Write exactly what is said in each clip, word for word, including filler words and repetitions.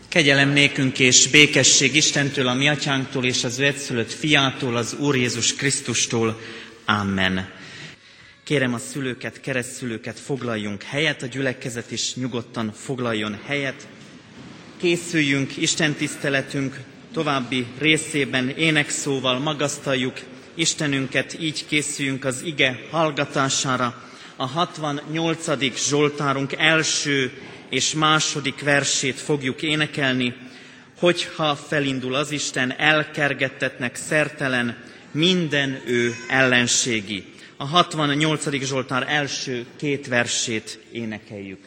Kegyelem nékünk és békesség Istentől, a mi atyánktól és az ő egyszülött fiától, az Úr Jézus Krisztustól. Amen. Kérem a szülőket, keresztszülőket, foglaljunk helyet, a gyülekezet is nyugodtan foglaljon helyet. Készüljünk Isten tiszteletünk további részében énekszóval, magasztaljuk Istenünket, így készüljünk az ige hallgatására. A hatvannyolcadik Zsoltárunk első és második versét fogjuk énekelni. Hogyha felindul az Isten, elkergettetnek szertelen, minden ő ellenségi. A hatvannyolcadik Zsoltár első két versét énekeljük.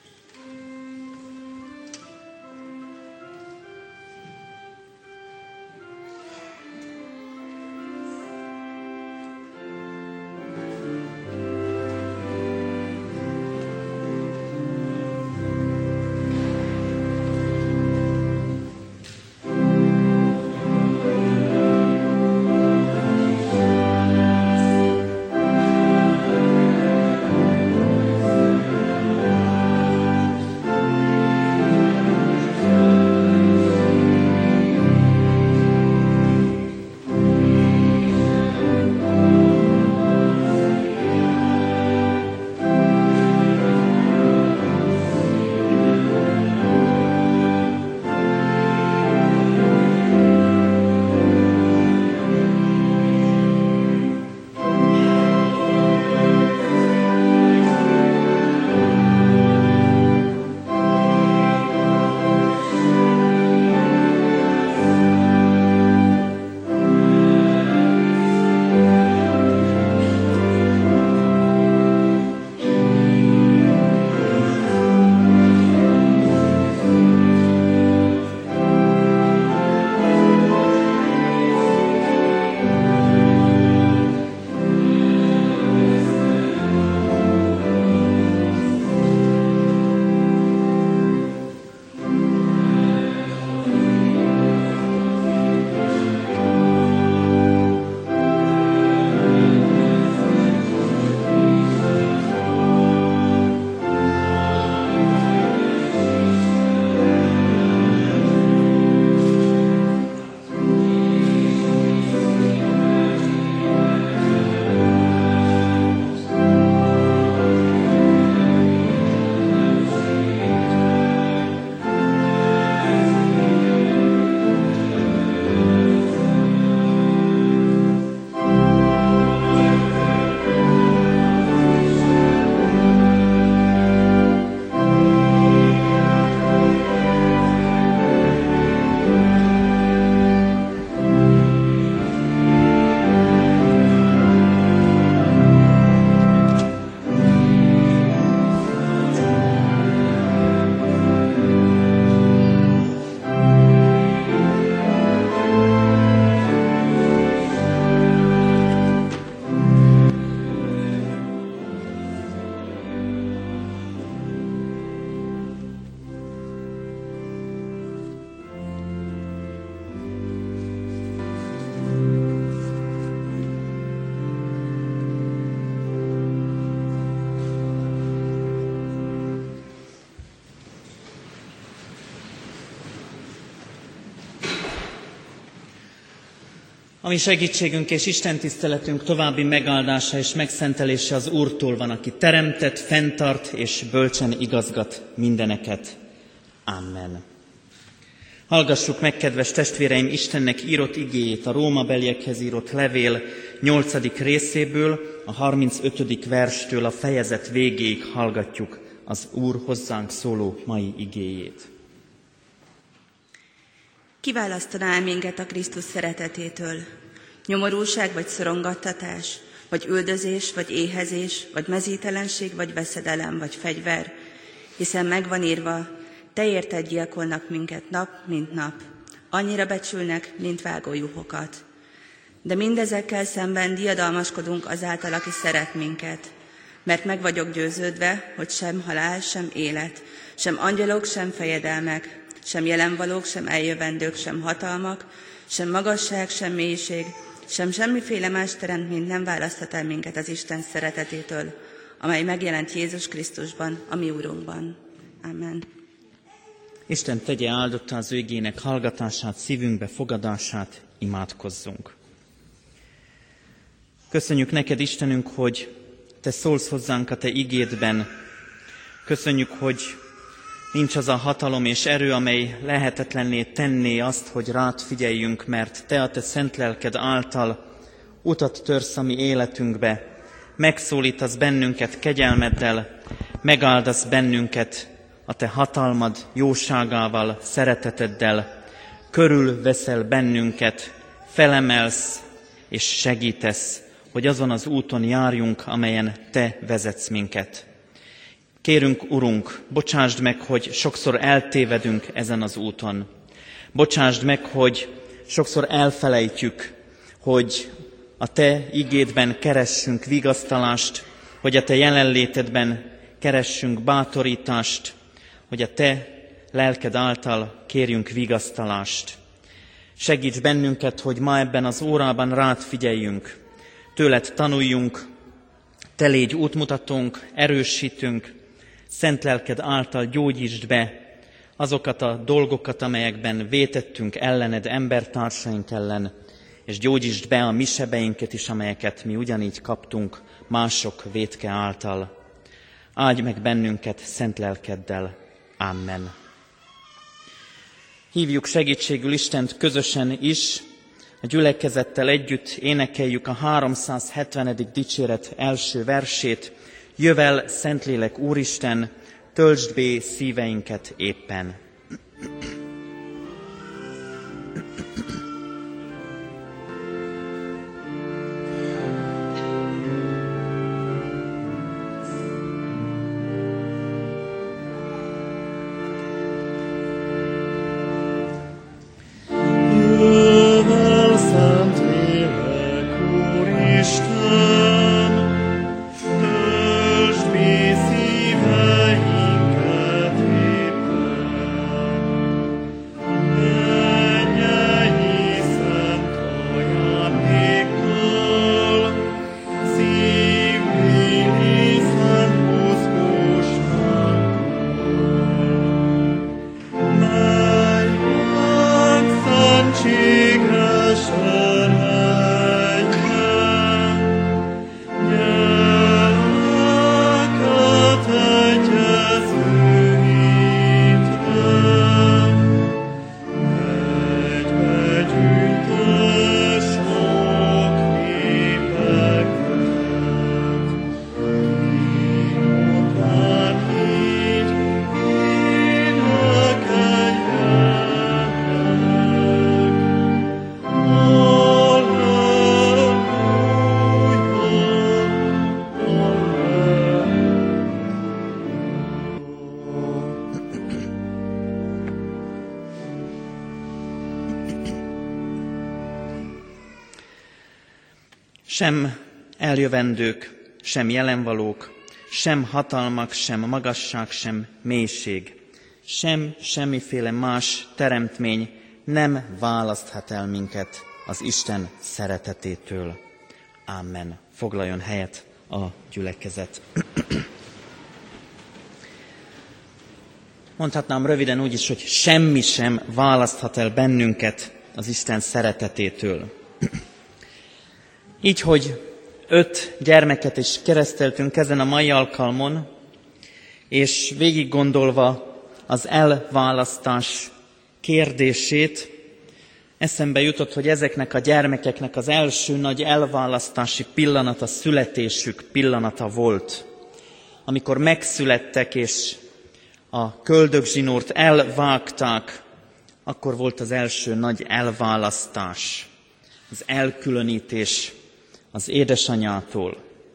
A mi segítségünk és istentiszteletünk további megáldása és megszentelése az Úrtól van, aki teremtett, fenntart és bölcsen igazgat mindeneket. Amen. Hallgassuk meg, kedves testvéreim, Istennek írott igéjét a rómabeliekhez írott levél nyolcadik részéből, a harmincötödik verstől a fejezet végéig hallgatjuk az Úr hozzánk szóló mai igéjét. Kiválasztaná minket a Krisztus szeretetétől? Nyomorúság vagy szorongattatás, vagy üldözés, vagy éhezés, vagy mezítelenség, vagy veszedelem, vagy fegyver? Hiszen megvan írva, te érted gyilkolnak minket nap, mint nap. Annyira becsülnek, mint vágójuhokat. De mindezekkel szemben diadalmaskodunk azáltal, aki szeret minket. Mert meg vagyok győződve, hogy sem halál, sem élet, sem angyalok, sem fejedelmek, sem jelenvalók, sem eljövendők, sem hatalmak, sem magasság, sem mélység, sem semmiféle más teremtmény nem választhat el minket az Isten szeretetétől, amely megjelent Jézus Krisztusban, a mi Urunkban. Amen. Isten tegye áldotta az ő igének hallgatását, szívünkbe fogadását, imádkozzunk. Köszönjük neked, Istenünk, hogy te szólsz hozzánk a te igédben. Köszönjük, hogy nincs az a hatalom és erő, amely lehetetlenné tenné azt, hogy rád figyeljünk, mert te a te szent lelked által utat törsz a mi életünkbe, megszólítasz bennünket kegyelmeddel, megáldasz bennünket a te hatalmad jóságával, szereteteddel, körülveszel bennünket, felemelsz és segítesz, hogy azon az úton járjunk, amelyen te vezetsz minket. Kérünk, Urunk, bocsásd meg, hogy sokszor eltévedünk ezen az úton. Bocsásd meg, hogy sokszor elfelejtjük, hogy a te igédben keressünk vigasztalást, hogy a te jelenlétedben keressünk bátorítást, hogy a te lelked által kérjünk vigasztalást. Segíts bennünket, hogy ma ebben az órában rád figyeljünk, tőled tanuljunk, te légy útmutatónk, erősítünk, szent lelked által gyógyítsd be azokat a dolgokat, amelyekben vétettünk ellened, embertársaink ellen, és gyógyítsd be a mi sebeinket is, amelyeket mi ugyanígy kaptunk mások vétke által. Áldj meg bennünket szent lelkeddel. Amen. Hívjuk segítségül Istent közösen is, a gyülekezettel együtt énekeljük a háromszázhetvenedik dicséret első versét. Jövel, Szentlélek Úristen, töltsd bé szíveinket éppen. Sem eljövendők, sem jelenvalók, sem hatalmak, sem magasság, sem mélység, sem semmiféle más teremtmény nem választhat el minket az Isten szeretetétől. Amen. Foglaljon helyet a gyülekezet. Mondhatnám röviden úgy is, hogy semmi sem választhat el bennünket az Isten szeretetétől. Így, hogy öt gyermeket is kereszteltünk ezen a mai alkalmon, és végig gondolva az elválasztás kérdését, eszembe jutott, hogy ezeknek a gyermekeknek az első nagy elválasztási pillanata, születésük pillanata volt. Amikor megszülettek és a köldögzsinórt elvágták, akkor volt az első nagy elválasztás, az elkülönítés az édesanyától.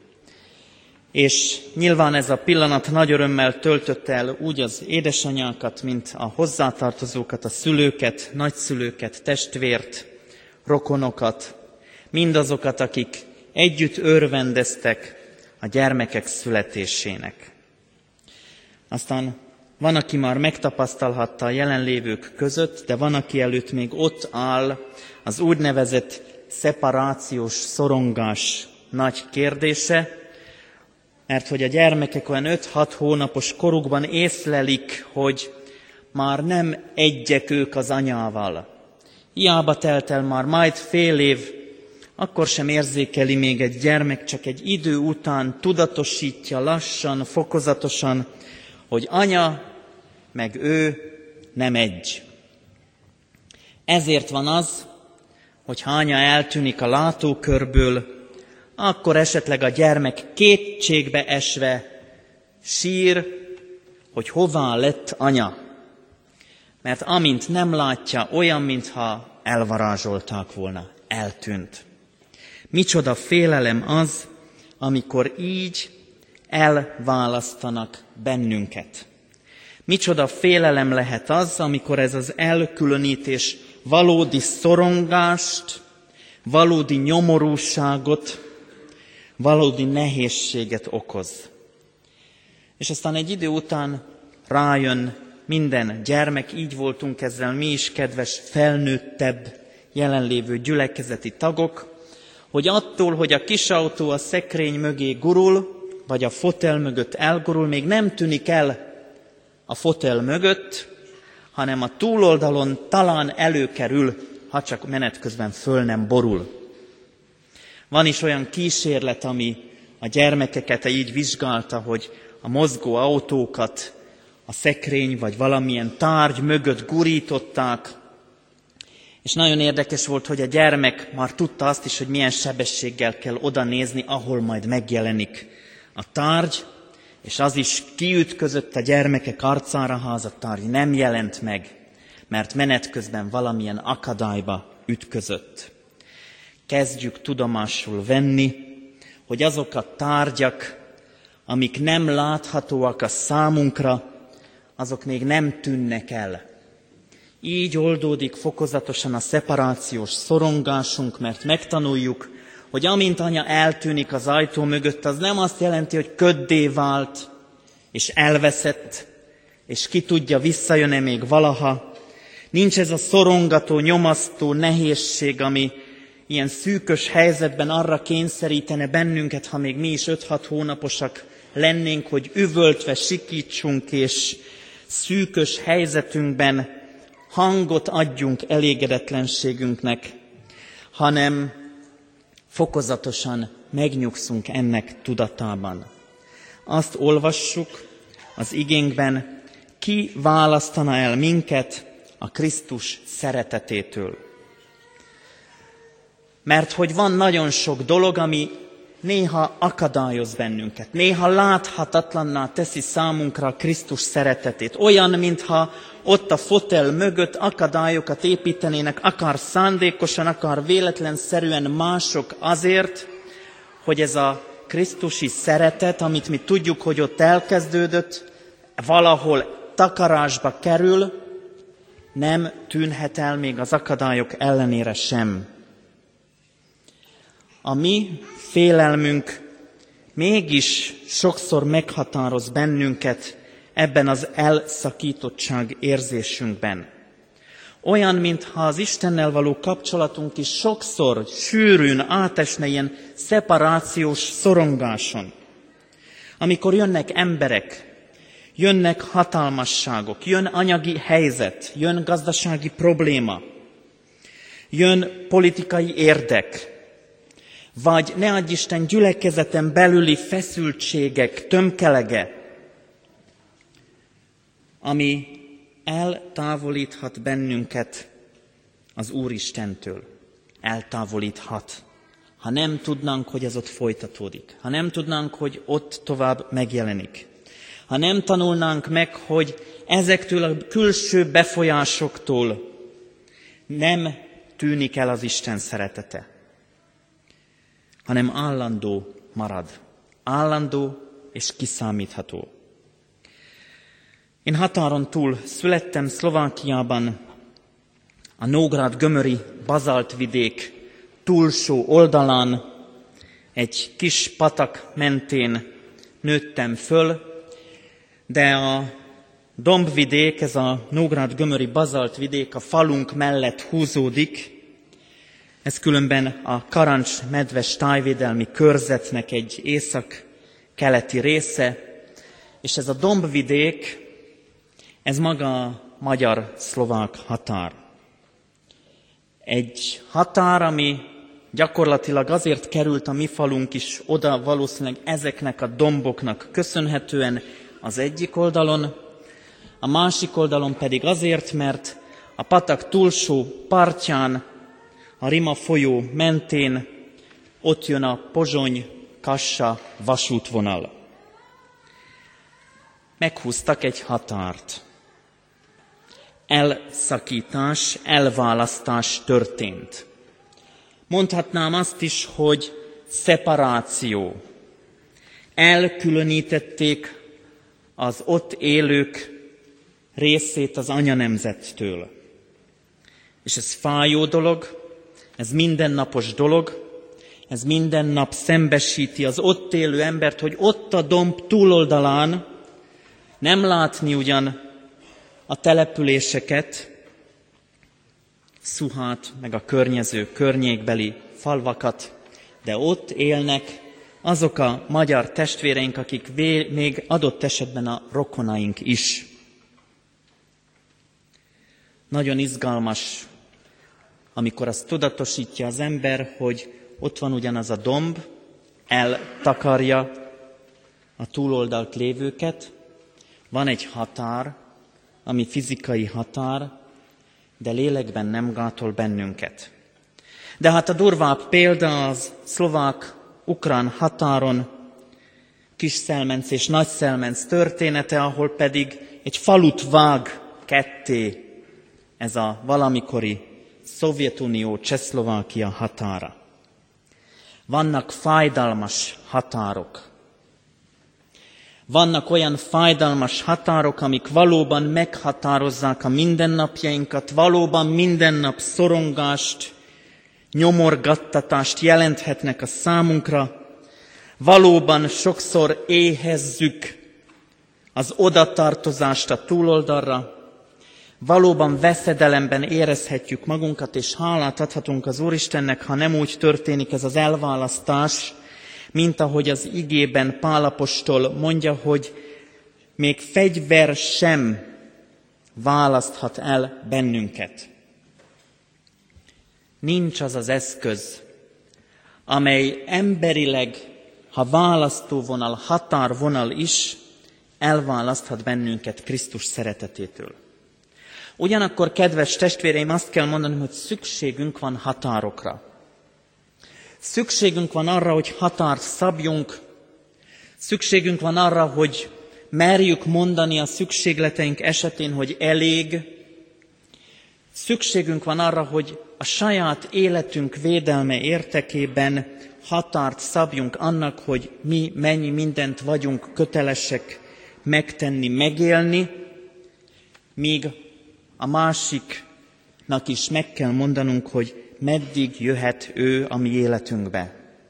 És nyilván ez a pillanat nagy örömmel töltötte el úgy az édesanyákat, mint a hozzátartozókat, a szülőket, nagyszülőket, testvért, rokonokat, mindazokat, akik együtt örvendeztek a gyermekek születésének. Aztán van, aki már megtapasztalhatta a jelenlévők között, de van, aki előtt még ott áll az úgynevezett szeparációs szorongás nagy kérdése, mert hogy a gyermekek olyan öt-hat hónapos korukban észlelik, hogy már nem egyek ők az anyával. Hiába telt el már majd fél év, akkor sem érzékeli még egy gyermek, csak egy idő után tudatosítja lassan, fokozatosan, hogy anya meg ő nem egy. Ezért van az, hogy ha anya eltűnik a látókörből, akkor esetleg a gyermek kétségbe esve sír, hogy hová lett anya. Mert amint nem látja, olyan, mintha elvarázsolták volna, eltűnt. Micsoda félelem az, amikor így elválasztanak bennünket. Micsoda félelem lehet az, amikor ez az elkülönítés valódi szorongást, valódi nyomorúságot, valódi nehézséget okoz. És aztán egy idő után rájön minden gyermek, így voltunk ezzel mi is, kedves felnőttebb jelenlévő gyülekezeti tagok, hogy attól, hogy a kisautó a szekrény mögé gurul, vagy a fotel mögött elgurul, még nem tűnik el a fotel mögött, hanem a túloldalon talán előkerül, ha csak menet közben föl nem borul. Van is olyan kísérlet, ami a gyermekeket így vizsgálta, hogy a mozgó autókat a szekrény vagy valamilyen tárgy mögött gurították, és nagyon érdekes volt, hogy a gyermek már tudta azt is, hogy milyen sebességgel kell oda nézni, ahol majd megjelenik a tárgy, és az is kiütközött a gyermekek arcára, ha az a tárgy nem jelent meg, mert menet közben valamilyen akadályba ütközött. Kezdjük tudomásul venni, hogy azok a tárgyak, amik nem láthatóak a számunkra, azok még nem tűnnek el. Így oldódik fokozatosan a szeparációs szorongásunk, mert megtanuljuk, hogy amint anya eltűnik az ajtó mögött, az nem azt jelenti, hogy köddé vált, és elveszett, és ki tudja, visszajön-e még valaha. Nincs ez a szorongató, nyomasztó nehézség, ami ilyen szűkös helyzetben arra kényszerítene bennünket, ha még mi is öt-hat hónaposak lennénk, hogy üvöltve sikítsunk, és szűkös helyzetünkben hangot adjunk elégedetlenségünknek, hanem fokozatosan megnyugszunk ennek tudatában. Azt olvassuk az igénkben, ki választana el minket a Krisztus szeretetétől. Mert hogy van nagyon sok dolog, ami néha akadályoz bennünket, néha láthatatlanná teszi számunkra a Krisztus szeretetét. Olyan, mintha ott a fotel mögött akadályokat építenének, akár szándékosan, akár véletlenszerűen mások azért, hogy ez a krisztusi szeretet, amit mi tudjuk, hogy ott elkezdődött, valahol takarásba kerül, nem tűnhet el még az akadályok ellenére sem. A mi félelmünk mégis sokszor meghatároz bennünket ebben az elszakítottság érzésünkben. Olyan, mintha az Istennel való kapcsolatunk is sokszor sűrűn átesne ilyen szeparációs szorongáson. Amikor jönnek emberek, jönnek hatalmasságok, jön anyagi helyzet, jön gazdasági probléma, jön politikai érdek, vagy ne adj Isten gyülekezeten belüli feszültségek tömkelege, ami eltávolíthat bennünket az Úristentől. Eltávolíthat. Ha nem tudnánk, hogy ez ott folytatódik. Ha nem tudnánk, hogy ott tovább megjelenik. Ha nem tanulnánk meg, hogy ezektől a külső befolyásoktól nem tűnik el az Isten szeretete, hanem állandó marad. Állandó és kiszámítható. Én határon túl születtem Szlovákiában, a Nógrád-Gömöri bazaltvidék túlsó oldalán, egy kis patak mentén nőttem föl, de a dombvidék, ez a Nógrád-Gömöri bazaltvidék a falunk mellett húzódik. Ez különben a Karancs-medves tájvédelmi körzetnek egy észak-keleti része, és ez a dombvidék, ez maga magyar-szlovák határ. Egy határ, ami gyakorlatilag azért került a mi falunk is oda valószínűleg ezeknek a domboknak köszönhetően az egyik oldalon, a másik oldalon pedig azért, mert a patak túlsó partján, a Rima folyó mentén ott jön a Pozsony-Kassa vasútvonal. Meghúztak egy határt. Elszakítás, elválasztás történt. Mondhatnám azt is, hogy szeparáció. Elkülönítették az ott élők részét az anyanemzettől. És ez fájó dolog, ez mindennapos dolog, ez minden nap szembesíti az ott élő embert, hogy ott a domb túloldalán nem látni ugyan a településeket, Szuhát, meg a környező környékbeli falvakat, de ott élnek azok a magyar testvéreink, akik vé- még adott esetben a rokonaink is. Nagyon izgalmas, amikor azt tudatosítja az ember, hogy ott van ugyanaz a domb, eltakarja a túloldalt lévőket, van egy határ, ami fizikai határ, de lélekben nem gátol bennünket. De hát a durvább példa az szlovák-ukrán határon Kisszelmenc és Nagyszelmenc története, ahol pedig egy falut vág ketté ez a valamikori Szovjetunió, Csehszlovákia határa. Vannak fájdalmas határok. Vannak olyan fájdalmas határok, amik valóban meghatározzák a mindennapjainkat, valóban minden nap szorongást, nyomorgattatást jelenthetnek a számunkra, valóban sokszor éhezzük az odatartozást a túloldalra, valóban veszedelemben érezhetjük magunkat, és hálát adhatunk az Úristennek, ha nem úgy történik ez az elválasztás, mint ahogy az igében Pál apostol mondja, hogy még fegyver sem választhat el bennünket. Nincs az az eszköz, amely emberileg, ha választóvonal, határvonal is, elválaszthat bennünket Krisztus szeretetétől. Ugyanakkor, kedves testvéreim, azt kell mondanom, hogy szükségünk van határokra. Szükségünk van arra, hogy határt szabjunk, szükségünk van arra, hogy merjük mondani a szükségleteink esetén, hogy elég. Szükségünk van arra, hogy a saját életünk védelme értekében határt szabjunk annak, hogy mi mennyi mindent vagyunk kötelesek megtenni, megélni, míg a másiknak is meg kell mondanunk, hogy meddig jöhet ő a mi életünkbe.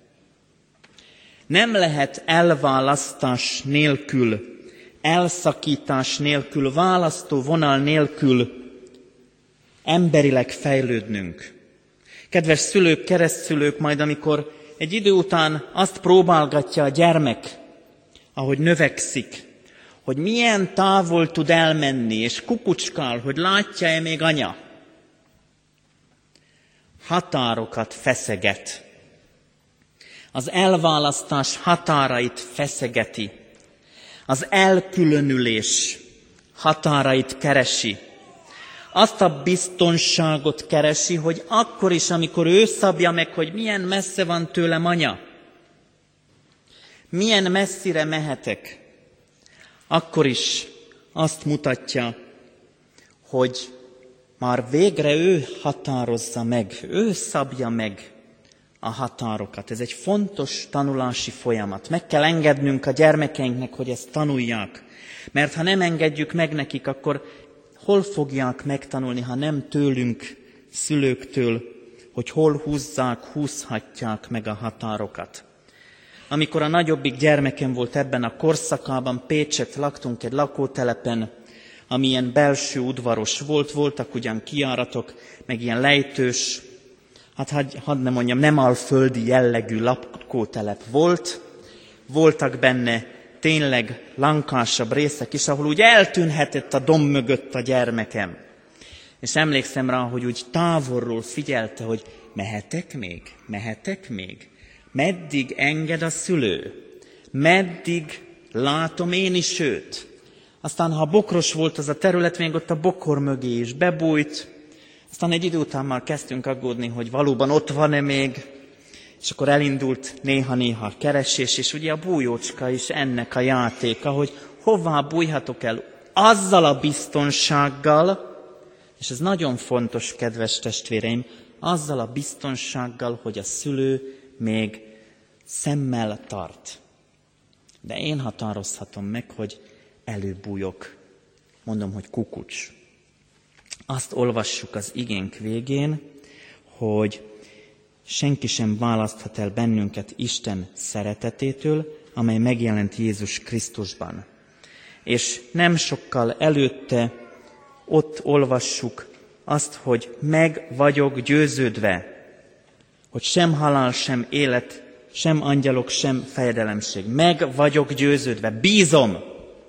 Nem lehet elválasztás nélkül, elszakítás nélkül, választó vonal nélkül emberileg fejlődnünk. Kedves szülők, keresztszülők, majd amikor egy idő után azt próbálgatja a gyermek, ahogy növekszik, hogy milyen távol tud elmenni, és kukucskál, hogy látja-e még anya, határokat feszeget. Az elválasztás határait feszegeti. Az elkülönülés határait keresi. Azt a biztonságot keresi, hogy akkor is, amikor ő szabja meg, hogy milyen messze van tőlem anya, milyen messzire mehetek, akkor is azt mutatja, hogy már végre ő határozza meg, ő szabja meg a határokat. Ez egy fontos tanulási folyamat. Meg kell engednünk a gyermekeinknek, hogy ezt tanulják. Mert ha nem engedjük meg nekik, akkor hol fogják megtanulni, ha nem tőlünk, szülőktől, hogy hol húzzák, húzhatják meg a határokat. Amikor a nagyobbik gyermekem volt ebben a korszakában, Pécset, laktunk egy lakótelepen, ami ilyen belső udvaros volt, voltak ugyan kijáratok, meg ilyen lejtős, hát hadd, hadd ne mondjam, nem alföldi jellegű lakótelep volt, voltak benne tényleg lankásabb részek is, ahol úgy eltűnhetett a domb mögött a gyermekem. És emlékszem rá, hogy úgy távolról figyelte, hogy mehetek még, mehetek még. Meddig enged a szülő? Meddig látom én is őt? Aztán, ha bokros volt az a terület, még ott a bokor mögé is bebújt. Aztán egy idő után már kezdtünk aggódni, hogy valóban ott van-e még, és akkor elindult néha-néha a keresés, és ugye a bújócska is ennek a játéka, hogy hová bújhatok el azzal a biztonsággal, és ez nagyon fontos, kedves testvéreim, azzal a biztonsággal, hogy a szülő még szemmel tart. De én határozhatom meg, hogy előbújok. Mondom, hogy kukucs. Azt olvassuk az igénk végén, hogy senki sem választhat el bennünket Isten szeretetétől, amely megjelent Jézus Krisztusban. És nem sokkal előtte ott olvassuk azt, hogy meg vagyok győződve, hogy sem halál, sem élet, sem angyalok, sem fejedelemség. Meg vagyok győződve, bízom.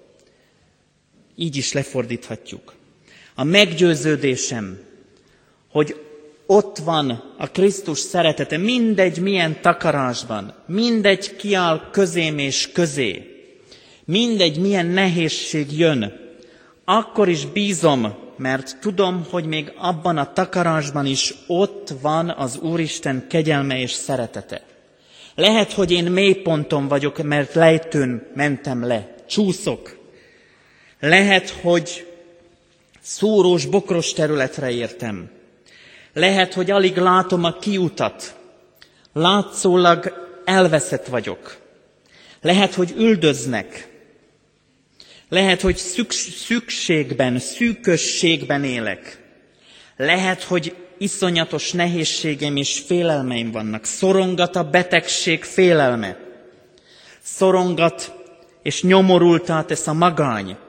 Így is lefordíthatjuk. A meggyőződésem, hogy ott van a Krisztus szeretete, mindegy milyen takarásban, mindegy kiáll közém és közé, mindegy milyen nehézség jön, akkor is bízom, mert tudom, hogy még abban a takarásban is ott van az Úristen kegyelme és szeretete. Lehet, hogy én mélyponton vagyok, mert lejtőn mentem le, csúszok. Lehet, hogy szúrós, bokros területre értem. Lehet, hogy alig látom a kiutat. Látszólag elveszett vagyok. Lehet, hogy üldöznek. Lehet, hogy szükségben, szűkösségben élek. Lehet, hogy iszonyatos nehézségeim és félelmeim vannak. Szorongat a betegség félelme. Szorongat és nyomorultá tesz a magány.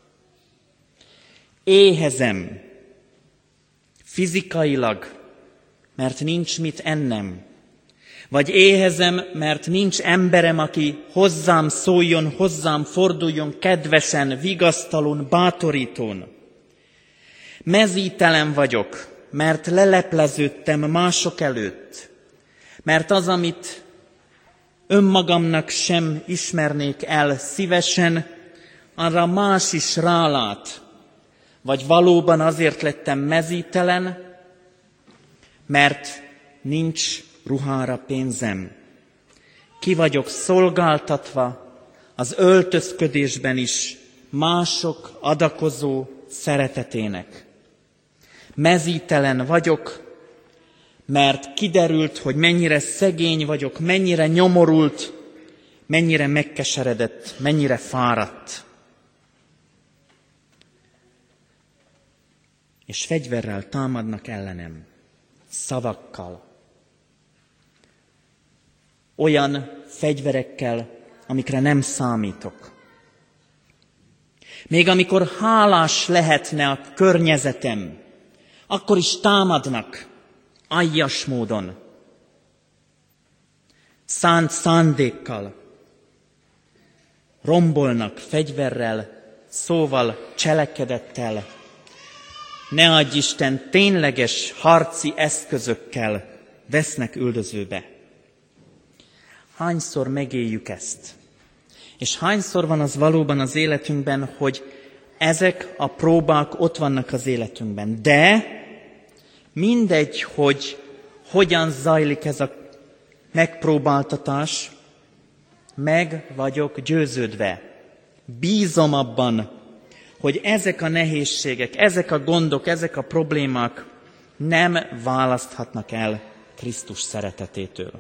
Éhezem fizikailag, mert nincs mit ennem. Vagy éhezem, mert nincs emberem, aki hozzám szóljon, hozzám forduljon kedvesen, vigasztalón, bátorítón. Mezítelen vagyok, mert lelepleződtem mások előtt. Mert az, amit önmagamnak sem ismernék el szívesen, arra más is rálát. Vagy valóban azért lettem mezítelen, mert nincs ruhára pénzem. Ki vagyok szolgáltatva az öltözködésben is mások adakozó szeretetének. Mezítelen vagyok, mert kiderült, hogy mennyire szegény vagyok, mennyire nyomorult, mennyire megkeseredett, mennyire fáradt. És fegyverrel támadnak ellenem, szavakkal. Olyan fegyverekkel, amikre nem számítok. Még amikor hálás lehetne a környezetem, akkor is támadnak, aljas módon, szánt szándékkal, rombolnak fegyverrel, szóval, cselekedettel, ne adj Isten, tényleges harci eszközökkel vesznek üldözőbe. Hányszor megéljük ezt? És hányszor van az valóban az életünkben, hogy ezek a próbák ott vannak az életünkben. De mindegy, hogy hogyan zajlik ez a megpróbáltatás, meg vagyok győződve. Bízom abban, hogy ezek a nehézségek, ezek a gondok, ezek a problémák nem választhatnak el Krisztus szeretetétől.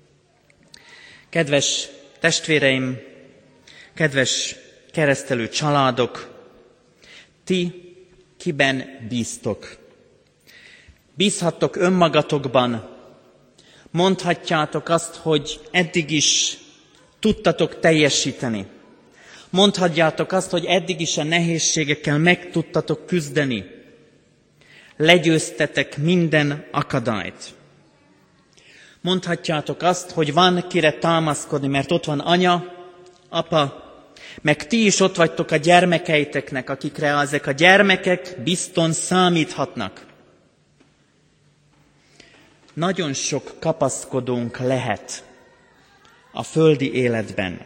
Kedves testvéreim, kedves keresztelő családok, ti kiben bíztok? Bízhattok önmagatokban, mondhatjátok azt, hogy eddig is tudtatok teljesíteni. Mondhatjátok azt, hogy eddig is a nehézségekkel meg tudtatok küzdeni. Legyőztetek minden akadályt. Mondhatjátok azt, hogy van kire támaszkodni, mert ott van anya, apa, Meg ti is ott vagytok a gyermekeiteknek, akikre ezek a gyermekek bizton számíthatnak. Nagyon sok kapaszkodónk lehet a földi életben.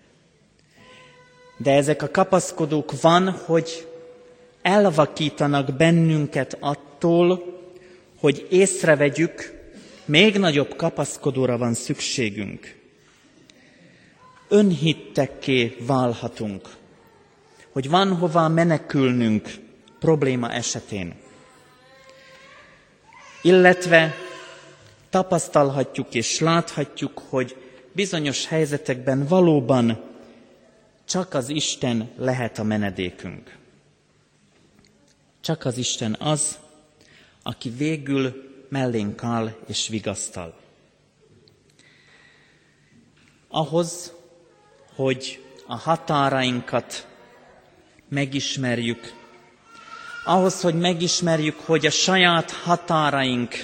De ezek a kapaszkodók van, hogy elvakítanak bennünket attól, hogy észrevegyük, még nagyobb kapaszkodóra van szükségünk. Önhittekké válhatunk, hogy van hova menekülnünk probléma esetén. Illetve tapasztalhatjuk és láthatjuk, hogy bizonyos helyzetekben valóban csak az Isten lehet a menedékünk. Csak az Isten az, aki végül mellénk áll és vigasztal. Ahhoz, hogy a határainkat megismerjük, ahhoz, hogy megismerjük, hogy a saját határaink,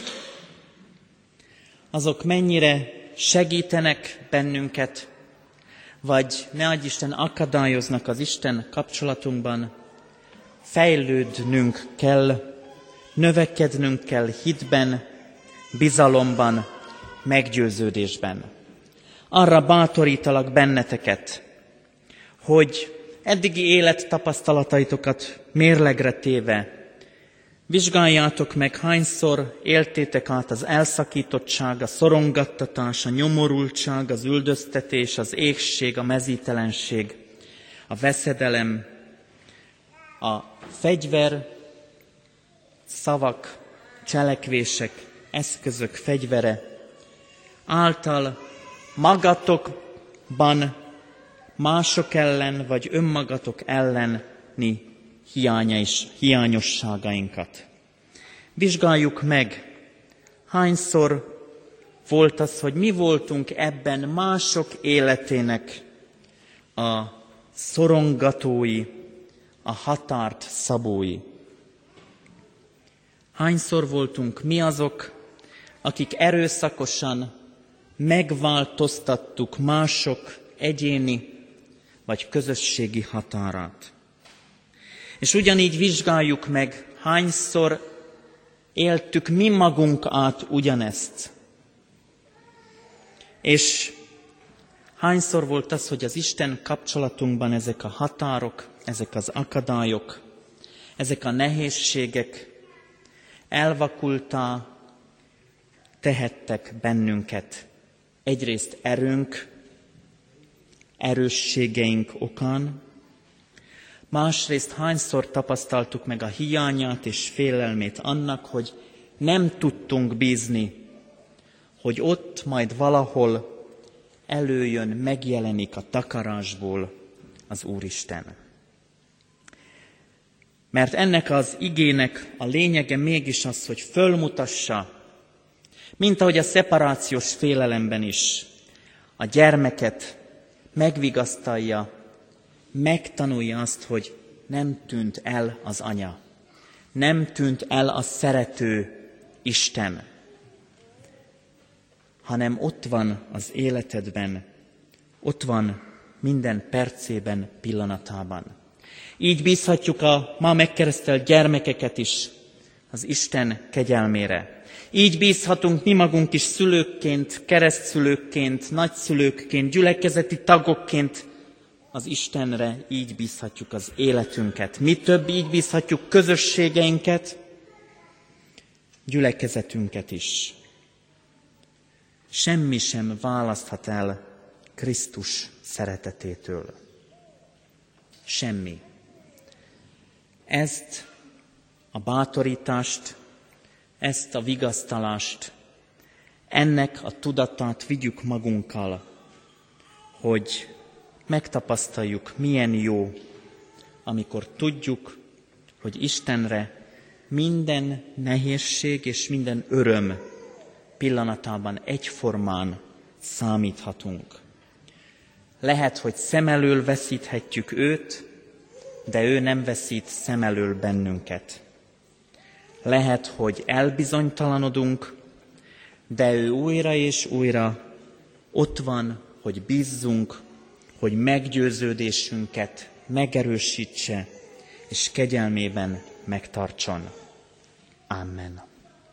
azok mennyire segítenek bennünket, vagy ne adj Isten akadályoznak az Isten kapcsolatunkban, fejlődnünk kell, növekednünk kell hitben, bizalomban, meggyőződésben. Arra bátorítalak benneteket, hogy eddigi élettapasztalataitokat mérlegre téve vizsgáljátok meg, hányszor éltétek át az elszakítottság, a szorongattatás, a nyomorultság, az üldöztetés, az éhség, a mezítelenség, a veszedelem, a fegyver, szavak, cselekvések, eszközök fegyvere által magatokban mások ellen, vagy önmagatok elleni hiányos, hiányosságainkat. Vizsgáljuk meg, hányszor volt az, hogy mi voltunk ebben mások életének a szorongatói, a határt szabói. Hányszor voltunk mi azok, akik erőszakosan megváltoztattuk mások egyéni vagy közösségi határát. És ugyanígy vizsgáljuk meg, hányszor éltük mi magunk át ugyanezt. És hányszor volt az, hogy az Isten kapcsolatunkban ezek a határok, ezek az akadályok, ezek a nehézségek elvakultá tehettek bennünket. Egyrészt erőnk, erősségeink okán, másrészt hányszor tapasztaltuk meg a hiányát és félelmét annak, hogy nem tudtunk bízni, hogy ott majd valahol előjön, megjelenik a takarásból az Úristen. Mert ennek az igének a lényege mégis az, hogy fölmutassa, mint ahogy a szeparációs félelemben is, a gyermeket megvigasztalja, megtanulja azt, hogy nem tűnt el az anya, nem tűnt el a szerető Isten, hanem ott van az életedben, ott van minden percében, pillanatában. Így bízhatjuk a ma megkeresztelt gyermekeket is az Isten kegyelmére. Így bízhatunk mi magunk is szülőkként, keresztszülőkként, nagyszülőkként, gyülekezeti tagokként az Istenre, így bízhatjuk az életünket. Mi több, így bízhatjuk közösségeinket, gyülekezetünket is. Semmi sem választhat el Krisztus szeretetétől. Semmi. Ezt a bátorítást, ezt a vigasztalást, ennek a tudatát vigyük magunkkal, hogy megtapasztaljuk, milyen jó, amikor tudjuk, hogy Istenre minden nehézség és minden öröm pillanatában egyformán számíthatunk. Lehet, hogy szem elől veszíthetjük őt, de ő nem veszít szem elől bennünket. Lehet, hogy elbizonytalanodunk, de ő újra és újra ott van, hogy bízzunk, hogy meggyőződésünket megerősítse, és kegyelmében megtartson. Amen.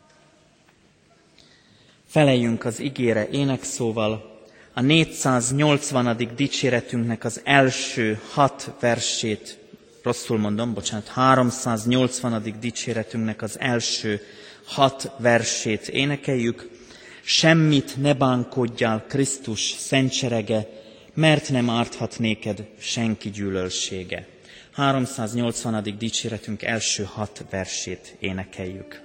Feleljünk az igére énekszóval, a négyszáznyolcvanadik dicséretünknek az első hat versét, rosszul mondom, bocsánat, háromszáznyolcvanadik dicséretünknek az első hat versét énekeljük. Semmit ne bánkodjál, Krisztus szentserege, mert nem árthat néked senki gyűlölsége. háromszáznyolcvanadik dicséretünk első hat versét énekeljük.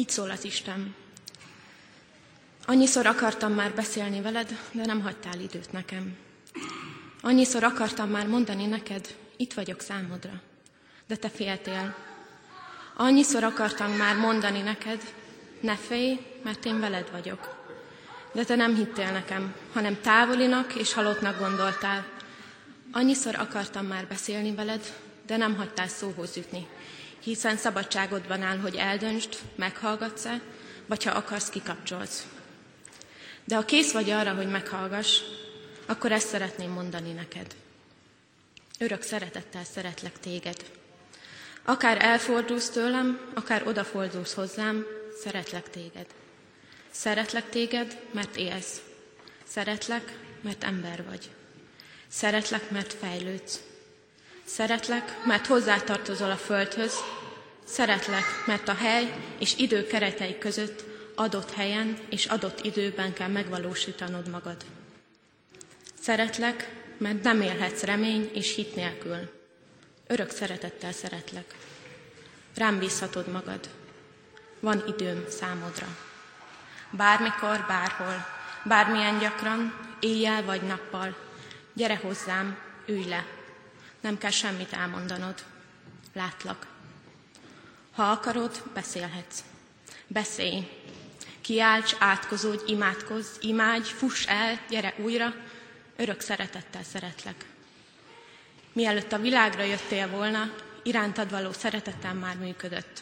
Így szól az Isten. Annyiszor akartam már beszélni veled, de nem hagytál időt nekem. Annyiszor akartam már mondani neked, itt vagyok számodra, de te féltél. Annyiszor akartam már mondani neked, ne félj, mert én veled vagyok. De te nem hittél nekem, hanem távolinak és halottnak gondoltál. Annyiszor akartam már beszélni veled, de nem hagytál szóhoz jutni, hiszen szabadságodban áll, hogy eldöntsd, meghallgatsz-e, vagy ha akarsz, kikapcsolsz. De ha kész vagy arra, hogy meghallgass, akkor ezt szeretném mondani neked. Örök szeretettel szeretlek téged. Akár elfordulsz tőlem, akár odafordulsz hozzám, szeretlek téged. Szeretlek téged, mert élsz. Szeretlek, mert ember vagy. Szeretlek, mert fejlődsz. Szeretlek, mert hozzátartozol a földhöz. Szeretlek, mert a hely és idő keretei között adott helyen és adott időben kell megvalósítanod magad. Szeretlek, mert nem élhetsz remény és hit nélkül. Örök szeretettel szeretlek. Rám bízhatod magad. Van időm számodra. Bármikor, bárhol, bármilyen gyakran, éjjel vagy nappal, gyere hozzám, ülj le. Nem kell semmit elmondanod. Látlak. Ha akarod, beszélhetsz. Beszélj. Kiálts, átkozódj, imádkozz, imádj, fuss el, gyere újra. Örök szeretettel szeretlek. Mielőtt a világra jöttél volna, irántad való szeretetem már működött.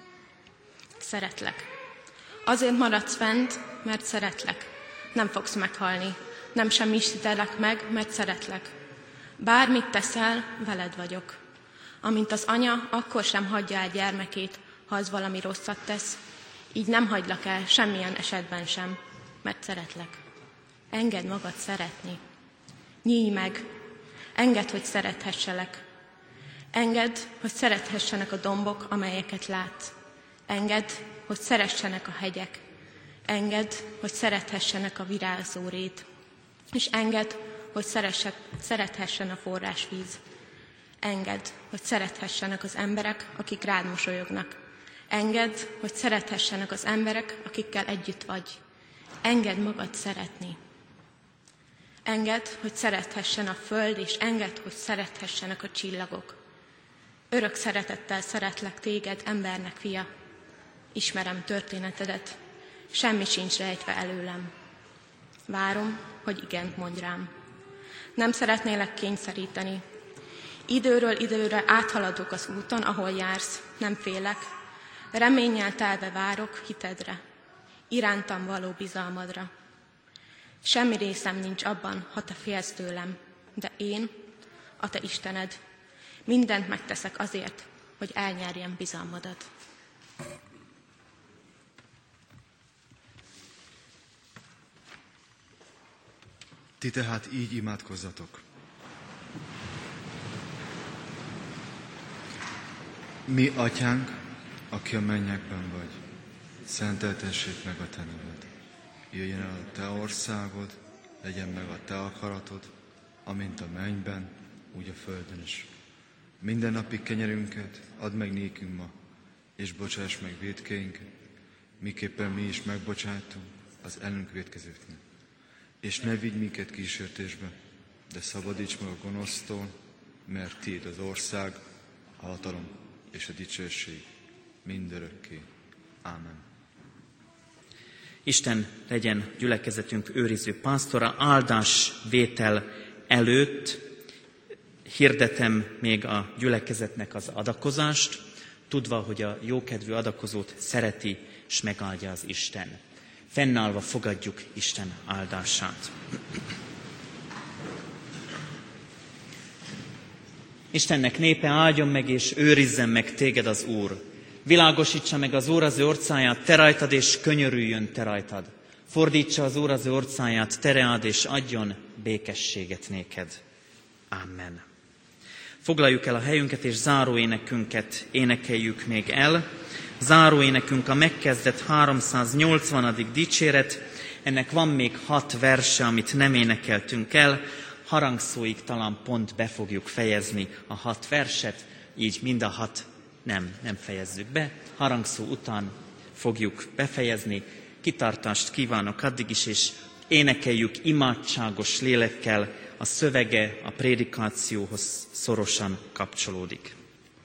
Szeretlek. Azért maradsz fent, mert szeretlek. Nem fogsz meghalni. Nem semmisítelek meg, mert szeretlek. Bármit teszel, veled vagyok. Amint az anya, akkor sem hagyja el gyermekét, ha az valami rosszat tesz. Így nem hagylak el semmilyen esetben sem, mert szeretlek. Engedd magad szeretni. Nyílj meg. Engedd, hogy szerethesselek. Engedd, hogy szerethessenek a dombok, amelyeket látsz. Engedd, hogy szeressenek a hegyek. Engedd, hogy szerethessenek a virágzó rét. És engedd, hogy szerethessen a forrásvíz. Engedd, hogy szerethessenek az emberek, akik rád mosolyognak. Engedd, hogy szerethessenek az emberek, akikkel együtt vagy. Engedd magad szeretni. Engedd, hogy szerethessen a föld, és engedd, hogy szerethessenek a csillagok. Örök szeretettel szeretlek téged, embernek fia. Ismerem történetedet, semmi sincs rejtve előlem. Várom, hogy igent mondj rám. Nem szeretnélek kényszeríteni. Időről időre áthaladok az úton, ahol jársz, nem félek. Reménnyel telve várok hitedre, irántam való bizalmadra. Semmi részem nincs abban, ha te félsz tőlem, de én, a te Istened, mindent megteszek azért, hogy elnyerjem bizalmadat. Ti tehát így imádkozzatok. Mi, Atyánk, aki a mennyekben vagy, szenteltessék meg a te neved. Jöjjön el a te országod, legyen meg a te akaratod, amint a mennyben, úgy a földön is. Minden napi kenyerünket add meg nékünk ma, és bocsáss meg vétkeinket, miképpen mi is megbocsátunk az ellenünk vétkezőknek. És ne vigy minket kísértésbe, de szabadíts meg a gonosztól, mert tiéd az ország, a hatalom és a dicsőség mindörökké. Ámen. Isten legyen gyülekezetünk őriző pásztora. Áldás vétel előtt hirdetem még a gyülekezetnek az adakozást, tudva, hogy a jókedvű adakozót szereti és megáldja az Isten. Fennállva fogadjuk Isten áldását. Istennek népe, áldjon meg és őrizzen meg téged az Úr. Világosítsa meg az Úr az ő orcáját te rajtad, és könyörüljön te rajtad. Fordítsa az Úr az ő orcáját te reád, és adjon békességet néked. Amen. Foglaljuk el a helyünket, és záróénekünket énekeljük még el. Záróénekünk a megkezdett háromszáznyolcvanadik dicséret. Ennek van még hat verse, amit nem énekeltünk el. Harangszóig talán pont be fogjuk fejezni a hat verset, így mind a hat nem, nem fejezzük be. Harangszó után fogjuk befejezni. Kitartást kívánok addig is, és énekeljük imádságos lélekkel, a szövege a prédikációhoz szorosan kapcsolódik.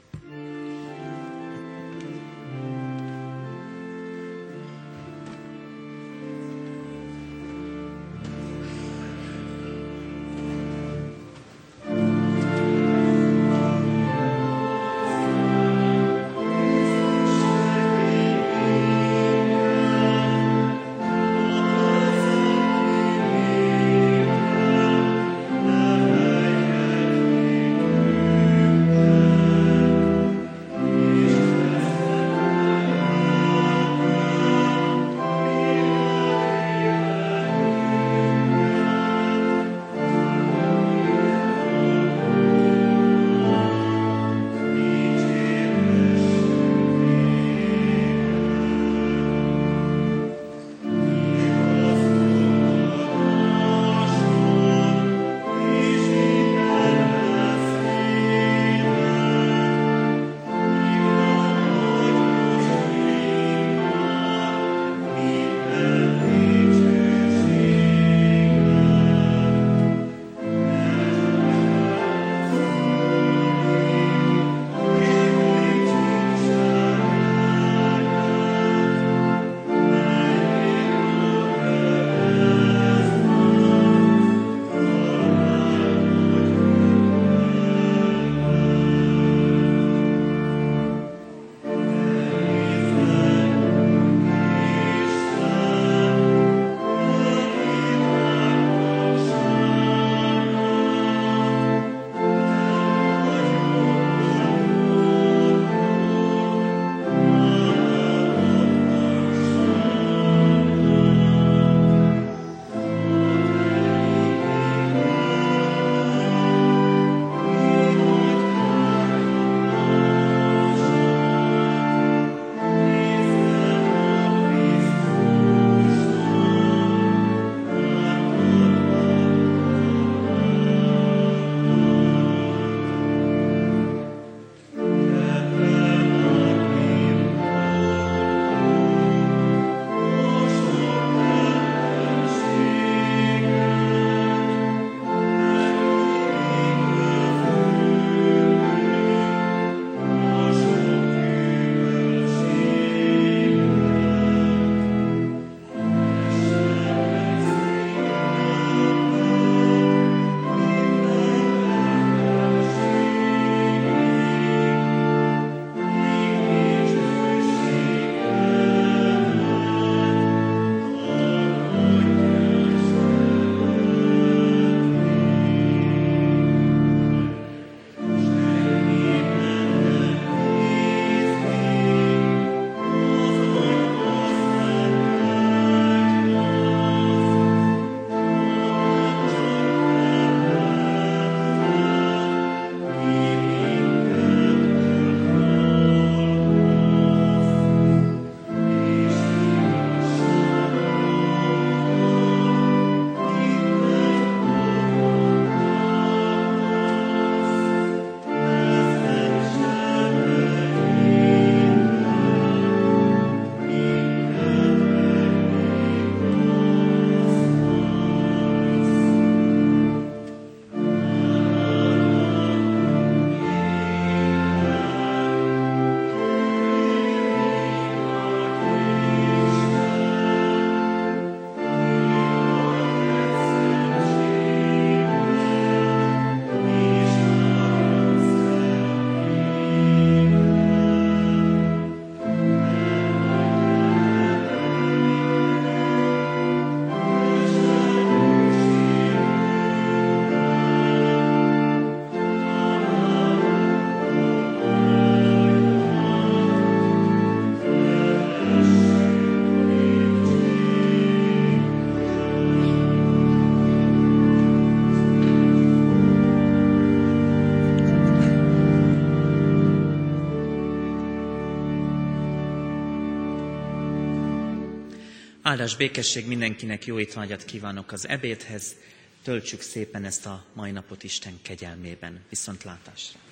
Áldás, békesség mindenkinek, jó étvágyat kívánok az ebédhez. Töltsük szépen ezt a mai napot Isten kegyelmében. Viszontlátásra!